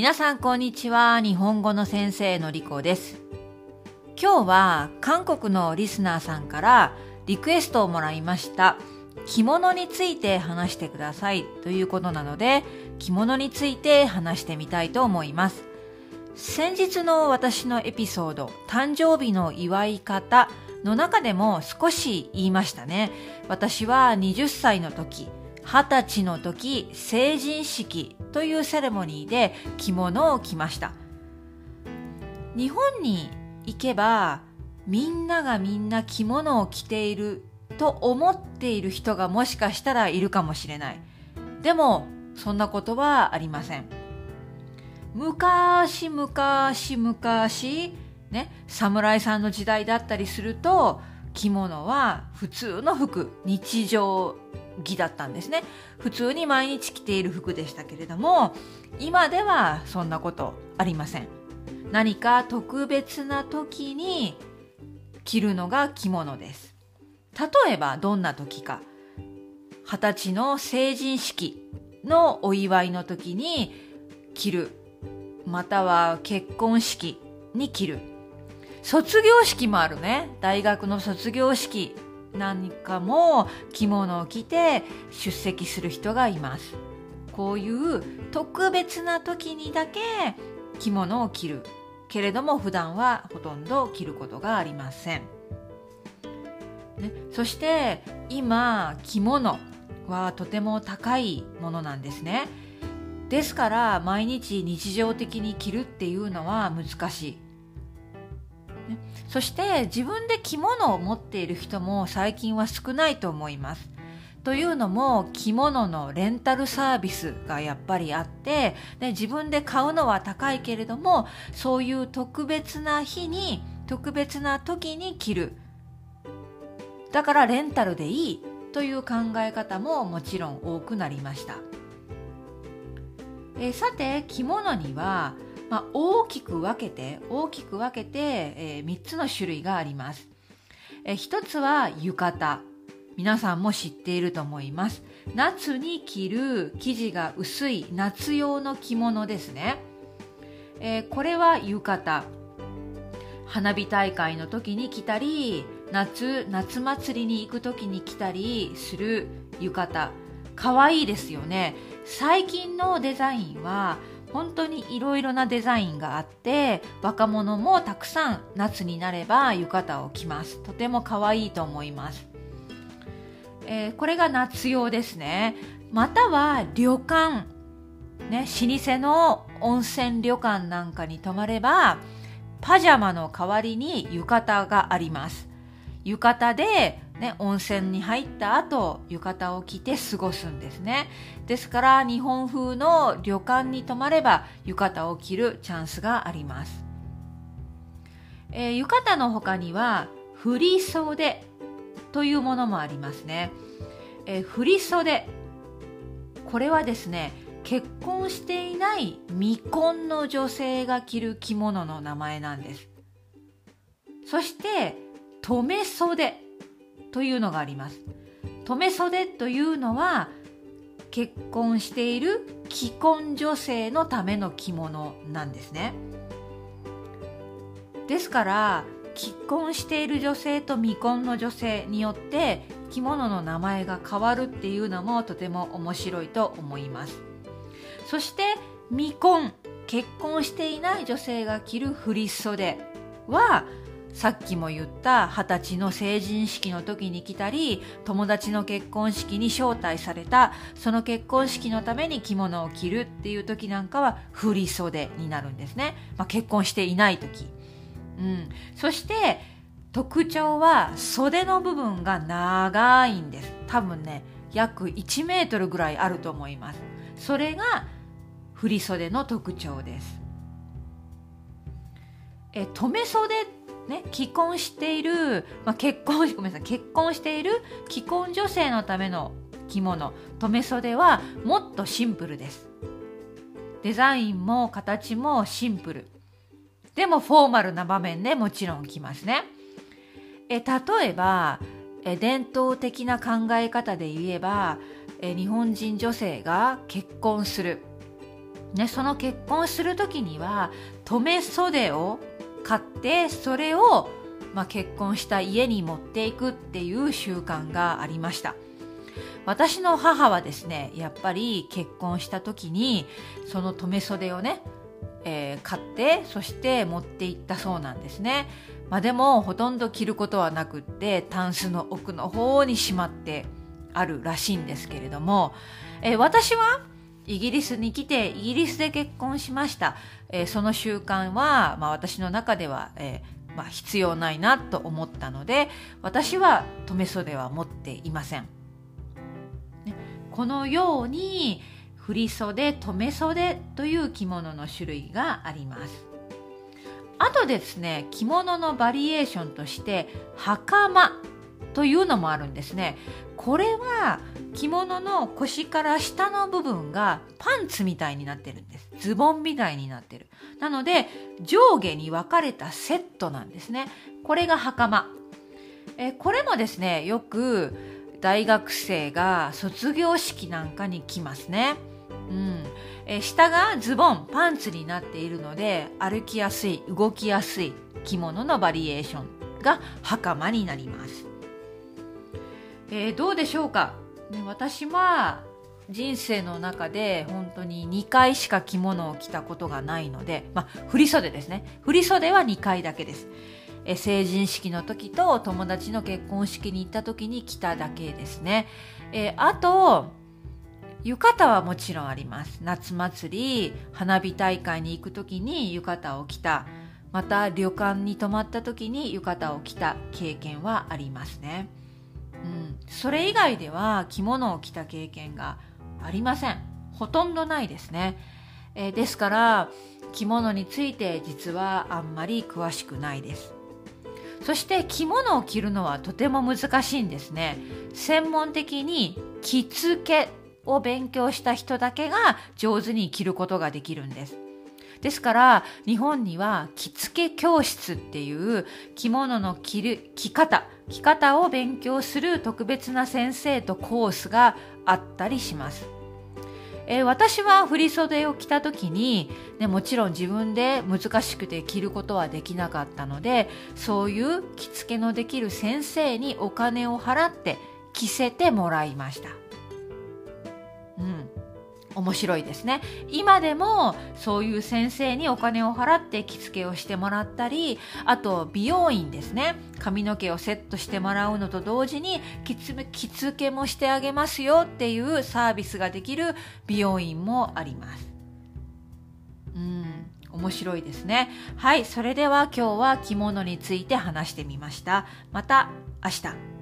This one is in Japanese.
皆さんこんにちは。日本語の先生のりこです。今日は韓国のリスナーさんからリクエストをもらいました。着物について話してくださいということなので、着物について話してみたいと思います。先日の私のエピソード、誕生日の祝い方の中でも少し言いましたね。私は20歳の時、20歳の時、成人式というセレモニーで着物を着ました。日本に行けば、みんながみんな着物を着ていると思っている人がもしかしたらいるかもしれない。でも、そんなことはありません。昔、侍さんの時代だったりすると、着物は普通の服、日常着だったんですね。普通に毎日着ている服でしたけれども、今ではそんなことありません。何か特別な時に着るのが着物です。例えばどんな時か、20歳の成人式のお祝いの時に着る、または結婚式に着る。卒業式もあるね。大学の卒業式なんかも着物を着て出席する人がいます。こういう特別な時にだけ着物を着るけれども、普段はほとんど着ることがありません、そして今着物はとても高いものなんですね。ですから毎日日常的に着るっていうのは難しい。そして自分で着物を持っている人も最近は少ないと思います。というのも着物のレンタルサービスがやっぱりあって、自分で買うのは高いけれども、そういう特別な日に特別な時に着る。だからレンタルでいいという考え方ももちろん多くなりました。さて着物には大きく分けて、3つの種類があります。一つは浴衣。皆さんも知っていると思います。夏に着る生地が薄い夏用の着物ですね。これは浴衣。花火大会の時に着たり、夏祭りに行く時に着たりする浴衣。かわいいですよね。最近のデザインは本当にいろいろなデザインがあって、若者もたくさん夏になれば浴衣を着ます。とても可愛いと思います。これが夏用ですね。または旅館、老舗の温泉旅館なんかに泊まれば、パジャマの代わりに浴衣があります。浴衣で温泉に入った後、浴衣を着て過ごすんですね。ですから日本風の旅館に泊まれば浴衣を着るチャンスがあります。浴衣の他には振袖というものもありますね。振袖、これはですね、結婚していない未婚の女性が着る着物の名前なんです。そして留袖というのがあります。留袖というのは結婚している既婚女性のための着物なんですね。ですから既婚している女性と未婚の女性によって着物の名前が変わるっていうのもとても面白いと思います。そして未婚、結婚していない女性が着る振袖は、さっきも言った20歳の成人式の時に着たり、友達の結婚式に招待された、その結婚式のために着物を着るっていう時なんかは振袖になるんですね。結婚していない時、そして特徴は袖の部分が長いんです。多分ね、約1メートルぐらいあると思います。それが振袖の特徴です。留袖、既婚している、結婚している既婚女性のための着物、留袖はもっとシンプルです。デザインも形もシンプル。でもフォーマルな場面でもちろん着ますね。例えば、伝統的な考え方で言えば、日本人女性が結婚する。 ね、その結婚する時には留め袖を買ってそれを、結婚した家に持っていくっていう習慣がありました。私の母はですね、やっぱり結婚した時にその留め袖をね、買ってそして持って行ったそうなんですね。でもほとんど着ることはなくってタンスの奥の方にしまってあるらしいんですけれども、私はイギリスに来てイギリスで結婚しました。その習慣は、私の中では、必要ないなと思ったので、私は留め袖は持っていません。このように振袖、留め袖という着物の種類があります。あとですね、着物のバリエーションとして袴というのもあるんですね。これは着物の腰から下の部分がパンツみたいになってるんです。ズボンみたいになってる。なので上下に分かれたセットなんですね。これが袴。これもですね、よく大学生が卒業式なんかに着ますね。下がズボン、パンツになっているので歩きやすい、動きやすい着物のバリエーションが袴になります。どうでしょうか、私は人生の中で本当に2回しか着物を着たことがないので、振袖ですね。振袖は2回だけです。成人式の時と友達の結婚式に行った時に着ただけですね。あと浴衣はもちろんあります。夏祭り、花火大会に行く時に浴衣を着た、また旅館に泊まった時に浴衣を着た経験はありますね。それ以外では着物を着た経験がありません。ほとんどないですね。ですから着物について実はあんまり詳しくないです。そして着物を着るのはとても難しいんですね。専門的に着付けを勉強した人だけが上手に着ることができるんです。ですから日本には着付け教室っていう着物の着方を勉強する特別な先生とコースがあったりします。私は振袖を着た時に、もちろん自分で難しくて着ることはできなかったので、そういう着付けのできる先生にお金を払って着せてもらいました。面白いですね。今でもそういう先生にお金を払って着付けをしてもらったり、あと美容院ですね。髪の毛をセットしてもらうのと同時に着付けもしてあげますよっていうサービスができる美容院もあります。面白いですね。はい、それでは今日は着物について話してみました。また明日。